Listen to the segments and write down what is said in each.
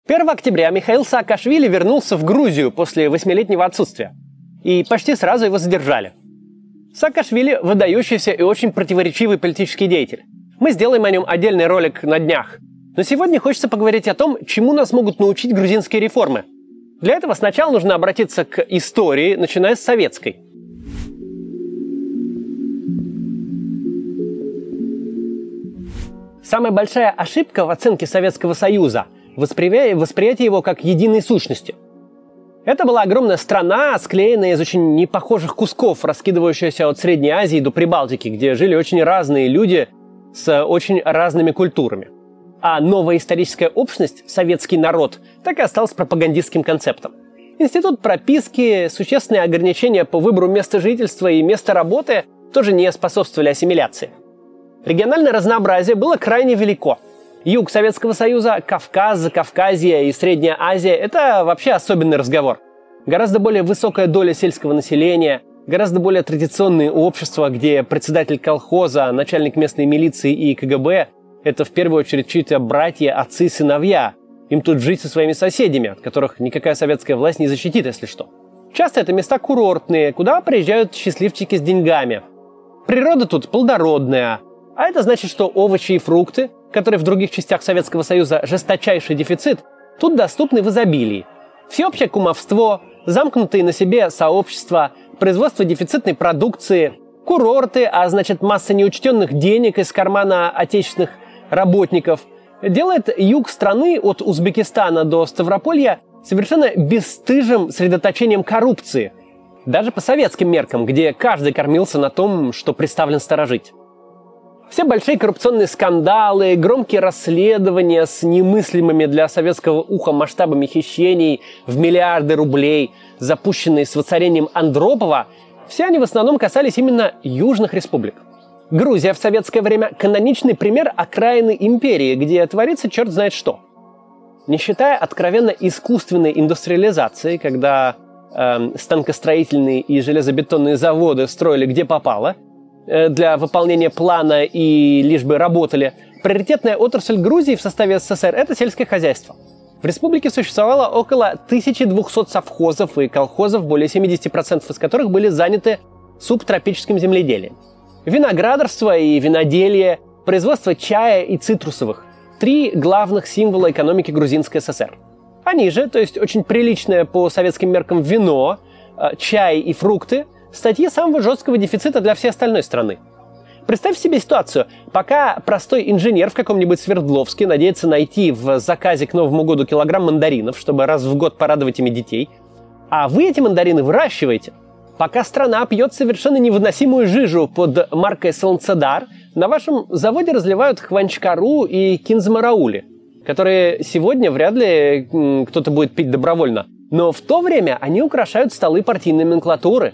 1 октября Михаил Саакашвили вернулся в Грузию после 8-летнего отсутствия. И почти сразу его задержали. Саакашвили – выдающийся и очень противоречивый политический деятель. Мы сделаем о нем отдельный ролик на днях. Но сегодня хочется поговорить о том, чему нас могут научить грузинские реформы. Для этого сначала нужно обратиться к истории, начиная с советской. Самая большая ошибка в оценке Советского Союза – восприятие его как единой сущности. Это была огромная страна, склеенная из очень непохожих кусков, раскидывающаяся от Средней Азии до Прибалтики, где жили очень разные люди с очень разными культурами. А новая историческая общность, советский народ, так и осталась пропагандистским концептом. Институт прописки, существенные ограничения по выбору места жительства и места работы тоже не способствовали ассимиляции. Региональное разнообразие было крайне велико. Юг Советского Союза, Кавказ, Закавказье и Средняя Азия – это вообще особенный разговор. Гораздо более высокая доля сельского населения, гораздо более традиционные общества, где председатель колхоза, начальник местной милиции и КГБ – это в первую очередь чьи-то братья, отцы, сыновья. Им тут жить со своими соседями, от которых никакая советская власть не защитит, если что. Часто это места курортные, куда приезжают счастливчики с деньгами. Природа тут плодородная, а это значит, что овощи и фрукты, которые в других частях Советского Союза жесточайший дефицит, тут доступны в изобилии. Всеобщее кумовство, замкнутые на себе сообщества, производство дефицитной продукции, курорты, а значит масса неучтенных денег из кармана отечественных работников, делает юг страны от Узбекистана до Ставрополья совершенно бесстыжим средоточением коррупции. Даже по советским меркам, где каждый кормился на том, что приставлен сторожить. Все большие коррупционные скандалы, громкие расследования с немыслимыми для советского уха масштабами хищений в миллиарды рублей, запущенные с воцарением Андропова, все они в основном касались именно южных республик. Грузия в советское время – каноничный пример окраины империи, где творится черт знает что. Не считая откровенно искусственной индустриализации, когда станкостроительные и железобетонные заводы строили где попало, для выполнения плана и лишь бы работали, приоритетная отрасль Грузии в составе СССР – это сельское хозяйство. В республике существовало около 1200 совхозов и колхозов, более 70% из которых были заняты субтропическим земледелием. Виноградарство и виноделие, производство чая и цитрусовых – 3 главных символа экономики Грузинской ССР. Они же, то есть очень приличное по советским меркам вино, чай и фрукты – статьи самого жесткого дефицита для всей остальной страны. Представь себе ситуацию, пока простой инженер в каком-нибудь Свердловске надеется найти в заказе к Новому году килограмм мандаринов, чтобы раз в год порадовать ими детей, а вы эти мандарины выращиваете, пока страна пьет совершенно невыносимую жижу под маркой Солнцедар, на вашем заводе разливают хванчкару и кинзмараули, которые сегодня вряд ли кто-то будет пить добровольно, но в то время они украшают столы партийной номенклатуры.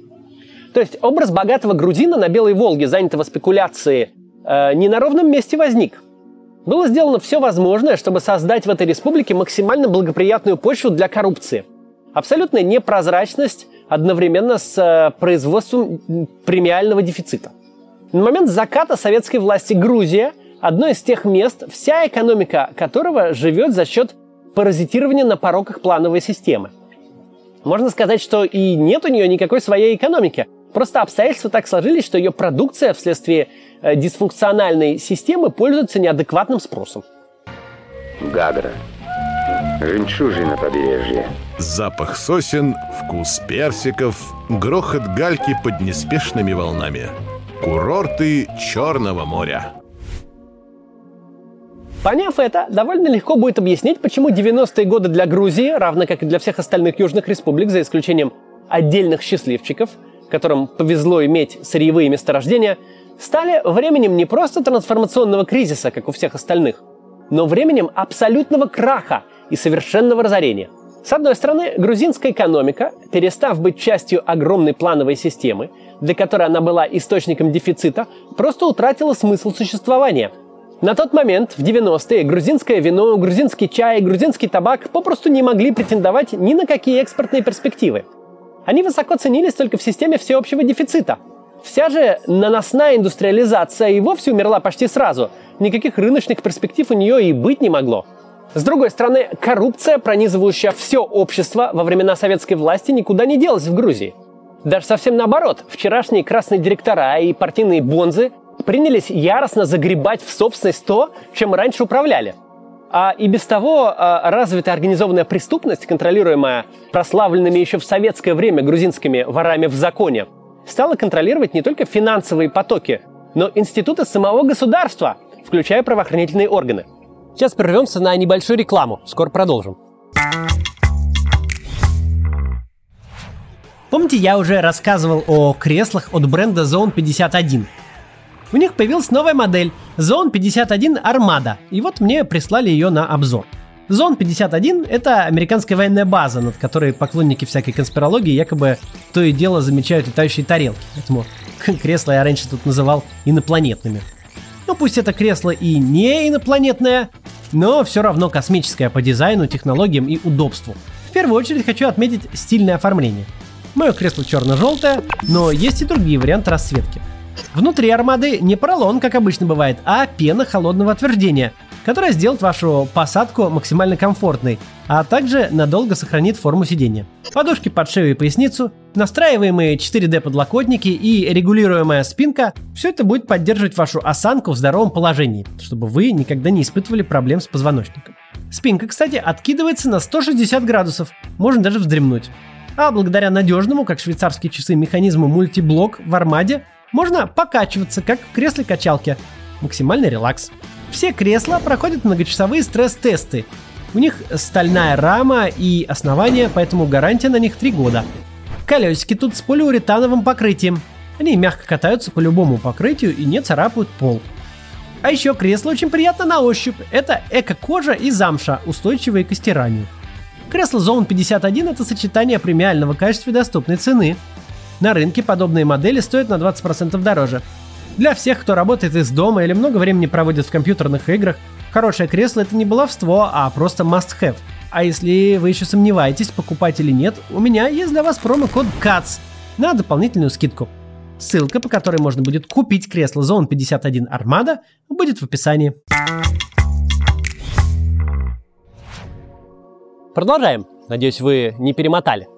То есть образ богатого грузина на Белой Волге, занятого спекуляцией, не на ровном месте возник. Было сделано все возможное, чтобы создать в этой республике максимально благоприятную почву для коррупции. Абсолютная непрозрачность одновременно с производством премиального дефицита. На момент заката советской власти Грузия – одно из тех мест, вся экономика которого живет за счет паразитирования на пороках плановой системы. Можно сказать, что и нет у нее никакой своей экономики. Просто обстоятельства так сложились, что ее продукция вследствие дисфункциональной системы пользуется неадекватным спросом. Гагра. Жемчужина побережья. Запах сосен, вкус персиков, грохот гальки под неспешными волнами. Курорты Черного моря. Поняв это, довольно легко будет объяснить, почему 90-е годы для Грузии, равно как и для всех остальных южных республик, за исключением отдельных счастливчиков, которым повезло иметь сырьевые месторождения, стали временем не просто трансформационного кризиса, как у всех остальных, но временем абсолютного краха и совершенного разорения. С одной стороны, грузинская экономика, перестав быть частью огромной плановой системы, для которой она была источником дефицита, просто утратила смысл существования. На тот момент, в 90-е, грузинское вино, грузинский чай, грузинский табак попросту не могли претендовать ни на какие экспортные перспективы. Они высоко ценились только в системе всеобщего дефицита. Вся же наносная индустриализация и вовсе умерла почти сразу. Никаких рыночных перспектив у нее и быть не могло. С другой стороны, коррупция, пронизывающая все общество во времена советской власти, никуда не делась в Грузии. Даже совсем наоборот, вчерашние красные директора и партийные бонзы принялись яростно загребать в собственность то, чем раньше управляли. А и без того развитая организованная преступность, контролируемая прославленными еще в советское время грузинскими ворами в законе, стала контролировать не только финансовые потоки, но институты самого государства, включая правоохранительные органы. Сейчас прервемся на небольшую рекламу. Скоро продолжим. Помните, я уже рассказывал о креслах от бренда Zone 51? У них появилась новая модель Zone 51 Armada, и вот мне прислали ее на обзор. Zone 51 — это американская военная база, над которой поклонники всякой конспирологии якобы то и дело замечают летающие тарелки. Поэтому кресла я раньше тут называл инопланетными. Ну пусть это кресло и не инопланетное, но все равно космическое по дизайну, технологиям и удобству. В первую очередь хочу отметить стильное оформление. Мое кресло черно-желтое, но есть и другие варианты расцветки. Внутри армады не поролон, как обычно бывает, а пена холодного отверждения, которая сделает вашу посадку максимально комфортной, а также надолго сохранит форму сидения. Подушки под шею и поясницу, настраиваемые 4D подлокотники и регулируемая спинка – все это будет поддерживать вашу осанку в здоровом положении, чтобы вы никогда не испытывали проблем с позвоночником. Спинка, кстати, откидывается на 160 градусов, можно даже вздремнуть. А благодаря надежному, как швейцарские часы, механизму мультиблок в армаде можно покачиваться, как в кресле-качалке. Максимальный релакс. Все кресла проходят многочасовые стресс-тесты. У них стальная рама и основание, поэтому гарантия на них 3 года. Колесики тут с полиуретановым покрытием. Они мягко катаются по любому покрытию и не царапают пол. А еще кресло очень приятно на ощупь. Это эко-кожа и замша, устойчивые к стиранию. Кресло Zone 51 – это сочетание премиального качества и доступной цены. На рынке подобные модели стоят на 20% дороже. Для всех, кто работает из дома или много времени проводит в компьютерных играх, хорошее кресло – это не баловство, а просто must-have. А если вы еще сомневаетесь, покупать или нет, у меня есть для вас промокод CATS на дополнительную скидку. Ссылка, по которой можно будет купить кресло Zone 51 Armada, будет в описании. Продолжаем. Надеюсь, вы не перемотали.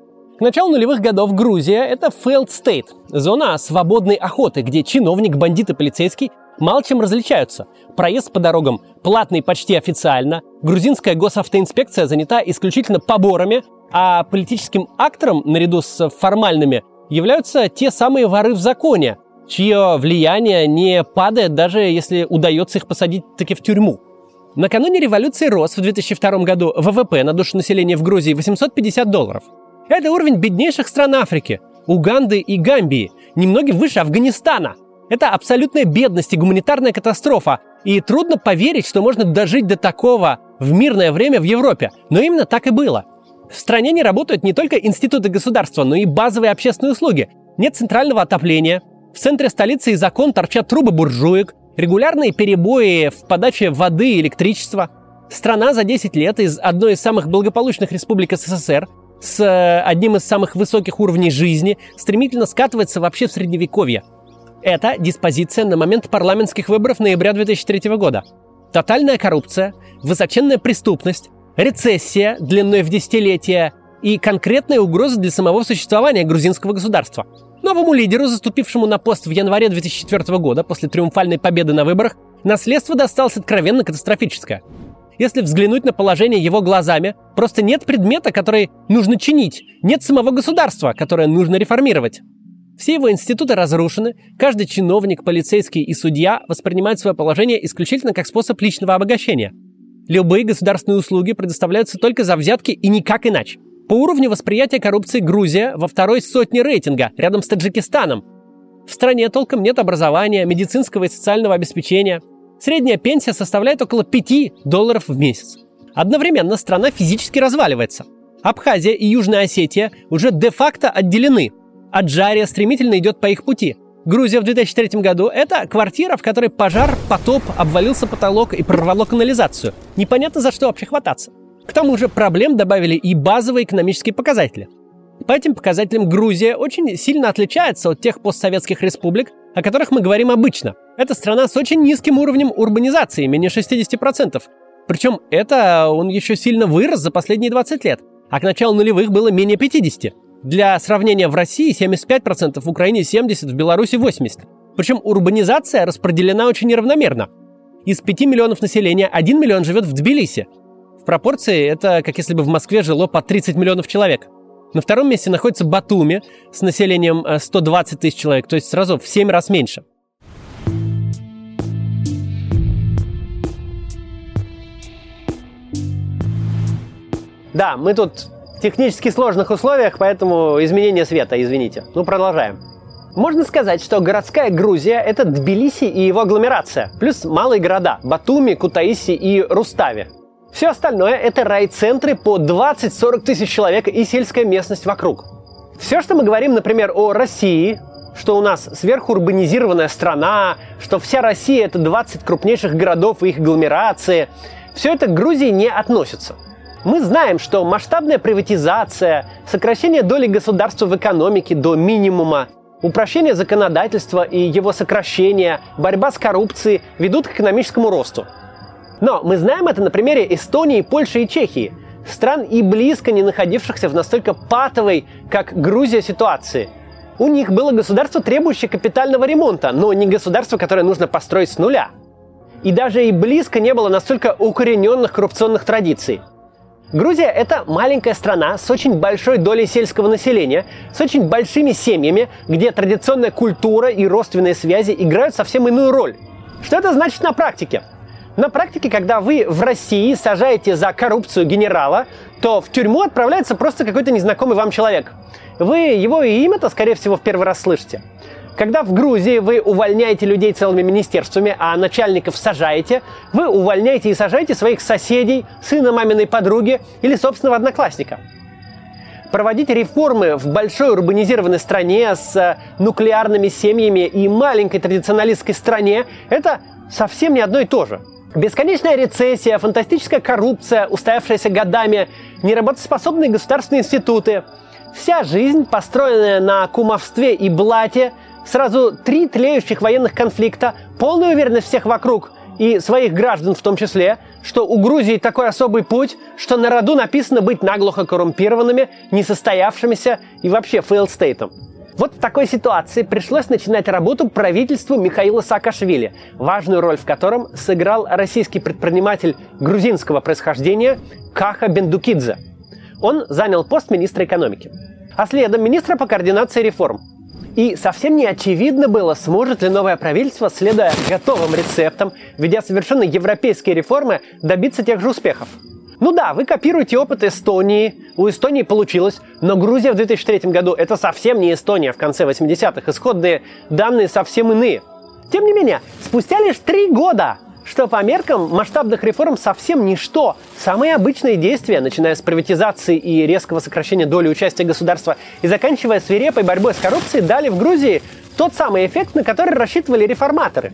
К началу нулевых годов Грузия – это failed state, зона свободной охоты, где чиновник, бандит и полицейский мало чем различаются. Проезд по дорогам платный почти официально, грузинская госавтоинспекция занята исключительно поборами, а политическим актором, наряду с формальными, являются те самые воры в законе, чье влияние не падает, даже если удается их посадить таки в тюрьму. Накануне революции рос в 2002 году ВВП на душу населения в Грузии $850. Это уровень беднейших стран Африки, Уганды и Гамбии, немногим выше Афганистана. Это абсолютная бедность и гуманитарная катастрофа, и трудно поверить, что можно дожить до такого в мирное время в Европе, но именно так и было. В стране не работают не только институты государства, но и базовые общественные услуги. Нет центрального отопления, в центре столицы из окон торчат трубы буржуек, регулярные перебои в подаче воды и электричества. Страна за 10 лет из одной из самых благополучных республик СССР с одним из самых высоких уровней жизни стремительно скатывается вообще в средневековье. Это диспозиция на момент парламентских выборов ноября 2003 года. Тотальная коррупция, высоченная преступность, рецессия длиной в десятилетия и конкретная угроза для самого существования грузинского государства. Новому лидеру, заступившему на пост в январе 2004 года после триумфальной победы на выборах, наследство досталось откровенно катастрофическое. Если взглянуть на положение его глазами, просто нет предмета, который нужно чинить, нет самого государства, которое нужно реформировать. Все его институты разрушены, каждый чиновник, полицейский и судья воспринимают свое положение исключительно как способ личного обогащения. Любые государственные услуги предоставляются только за взятки и никак иначе. По уровню восприятия коррупции Грузия во второй сотне рейтинга, рядом с Таджикистаном. В стране толком нет образования, медицинского и социального обеспечения. Средняя пенсия составляет около $5 в месяц. Одновременно страна физически разваливается. Абхазия и Южная Осетия уже де-факто отделены. Аджария стремительно идет по их пути. Грузия в 2003 году – это квартира, в которой пожар, потоп, обвалился потолок и прорвало канализацию. Непонятно, за что вообще хвататься. К тому же проблем добавили и базовые экономические показатели. По этим показателям Грузия очень сильно отличается от тех постсоветских республик, о которых мы говорим обычно. Это страна с очень низким уровнем урбанизации, менее 60%. Причем он еще сильно вырос за последние 20 лет, а к началу нулевых было менее 50%. Для сравнения, в России 75%, в Украине 70%, в Беларуси 80%. Причем урбанизация распределена очень неравномерно. Из 5 миллионов населения 1 миллион живет в Тбилиси. В пропорции это как если бы в Москве жило по 30 миллионов человек. На втором месте находится Батуми с населением 120 тысяч человек, то есть сразу в 7 раз меньше. Да, мы тут в технически сложных условиях, поэтому изменение света, извините. Продолжаем. Можно сказать, что городская Грузия – это Тбилиси и его агломерация, плюс малые города – Батуми, Кутаиси и Рустави. Все остальное – это райцентры по 20-40 тысяч человек и сельская местность вокруг. Все, что мы говорим, например, о России, что у нас сверхурбанизированная страна, что вся Россия – это 20 крупнейших городов и их агломерации, все это к Грузии не относится. Мы знаем, что масштабная приватизация, сокращение доли государства в экономике до минимума, упрощение законодательства и его сокращение, борьба с коррупцией ведут к экономическому росту. Но мы знаем это на примере Эстонии, Польши и Чехии, стран и близко не находившихся в настолько патовой, как Грузия, ситуации. У них было государство, требующее капитального ремонта, но не государство, которое нужно построить с нуля. И даже и близко не было настолько укорененных коррупционных традиций. Грузия – это маленькая страна с очень большой долей сельского населения, с очень большими семьями, где традиционная культура и родственные связи играют совсем иную роль. Что это значит на практике? На практике, когда вы в России сажаете за коррупцию генерала, то в тюрьму отправляется просто какой-то незнакомый вам человек. Вы его имя-то, скорее всего, в первый раз слышите. Когда в Грузии вы увольняете людей целыми министерствами, а начальников сажаете, вы увольняете и сажаете своих соседей, сына маминой подруги или собственного одноклассника. Проводить реформы в большой урбанизированной стране с нуклеарными семьями и маленькой традиционалистской стране – это совсем не одно и то же. Бесконечная рецессия, фантастическая коррупция, устоявшаяся годами, неработоспособные государственные институты. Вся жизнь, построенная на кумовстве и блате, сразу 3 тлеющих военных конфликта, полная уверенность всех вокруг и своих граждан в том числе, что у Грузии такой особый путь, что на роду написано быть наглухо коррумпированными, несостоявшимися и вообще фейлстейтом. Вот в такой ситуации пришлось начинать работу правительству Михаила Саакашвили, важную роль в котором сыграл российский предприниматель грузинского происхождения Каха Бендукидзе. Он занял пост министра экономики, а следом министра по координации реформ. И совсем не очевидно было, сможет ли новое правительство, следуя готовым рецептам, ведя совершенно европейские реформы, добиться тех же успехов. Ну да, вы копируете опыт Эстонии, у Эстонии получилось, но Грузия в 2003 году – это совсем не Эстония в конце 80-х, исходные данные совсем иные. Тем не менее, спустя лишь 3 года, что по меркам масштабных реформ совсем ничто, самые обычные действия, начиная с приватизации и резкого сокращения доли участия государства и заканчивая свирепой борьбой с коррупцией, дали в Грузии тот самый эффект, на который рассчитывали реформаторы.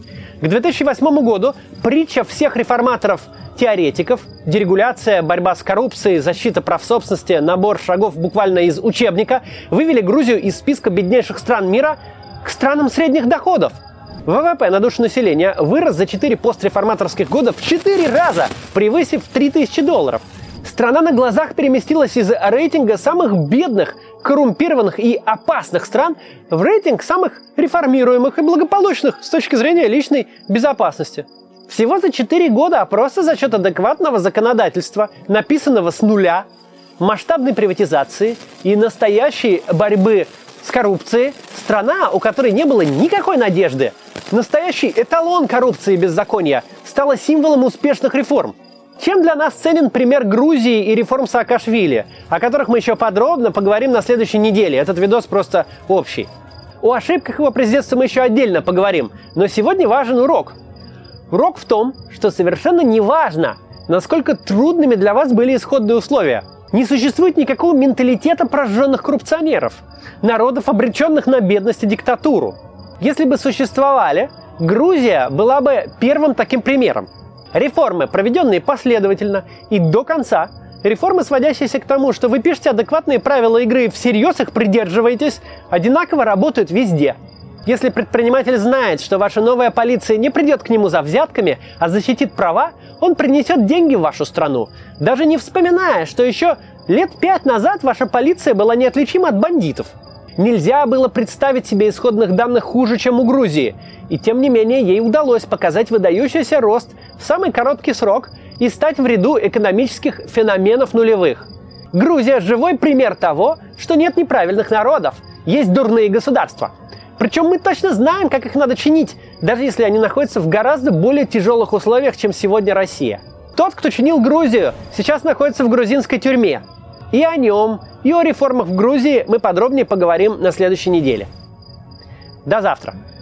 К 2008 году притча всех реформаторов-теоретиков, дерегуляция, борьба с коррупцией, защита прав собственности, набор шагов буквально из учебника, вывели Грузию из списка беднейших стран мира к странам средних доходов. ВВП на душу населения вырос за 4 постреформаторских года в 4 раза, превысив $3000. Страна на глазах переместилась из рейтинга самых бедных, коррумпированных и опасных стран в рейтинг самых реформируемых и благополучных с точки зрения личной безопасности. Всего за 4 года, а просто за счет адекватного законодательства, написанного с нуля, масштабной приватизации и настоящей борьбы с коррупцией, страна, у которой не было никакой надежды, настоящий эталон коррупции и беззакония, стала символом успешных реформ. Чем для нас ценен пример Грузии и реформ Саакашвили, о которых мы еще подробно поговорим на следующей неделе. Этот видос просто общий. О ошибках его президентства мы еще отдельно поговорим, но сегодня важен урок. Урок в том, что совершенно не важно, насколько трудными для вас были исходные условия. Не существует никакого менталитета прожженных коррупционеров, народов, обреченных на бедность и диктатуру. Если бы существовали, Грузия была бы первым таким примером. Реформы, проведенные последовательно и до конца, реформы, сводящиеся к тому, что вы пишете адекватные правила игры и всерьез их придерживаетесь, одинаково работают везде. Если предприниматель знает, что ваша новая полиция не придет к нему за взятками, а защитит права, он принесет деньги в вашу страну, даже не вспоминая, что еще лет 5 назад ваша полиция была неотличима от бандитов. Нельзя было представить себе исходных данных хуже, чем у Грузии, и тем не менее ей удалось показать выдающийся рост в самый короткий срок и стать в ряду экономических феноменов нулевых. Грузия – живой пример того, что нет неправильных народов, есть дурные государства. Причем мы точно знаем, как их надо чинить, даже если они находятся в гораздо более тяжелых условиях, чем сегодня Россия. Тот, кто чинил Грузию, сейчас находится в грузинской тюрьме. И о нем, и о реформах в Грузии мы подробнее поговорим на следующей неделе. До завтра!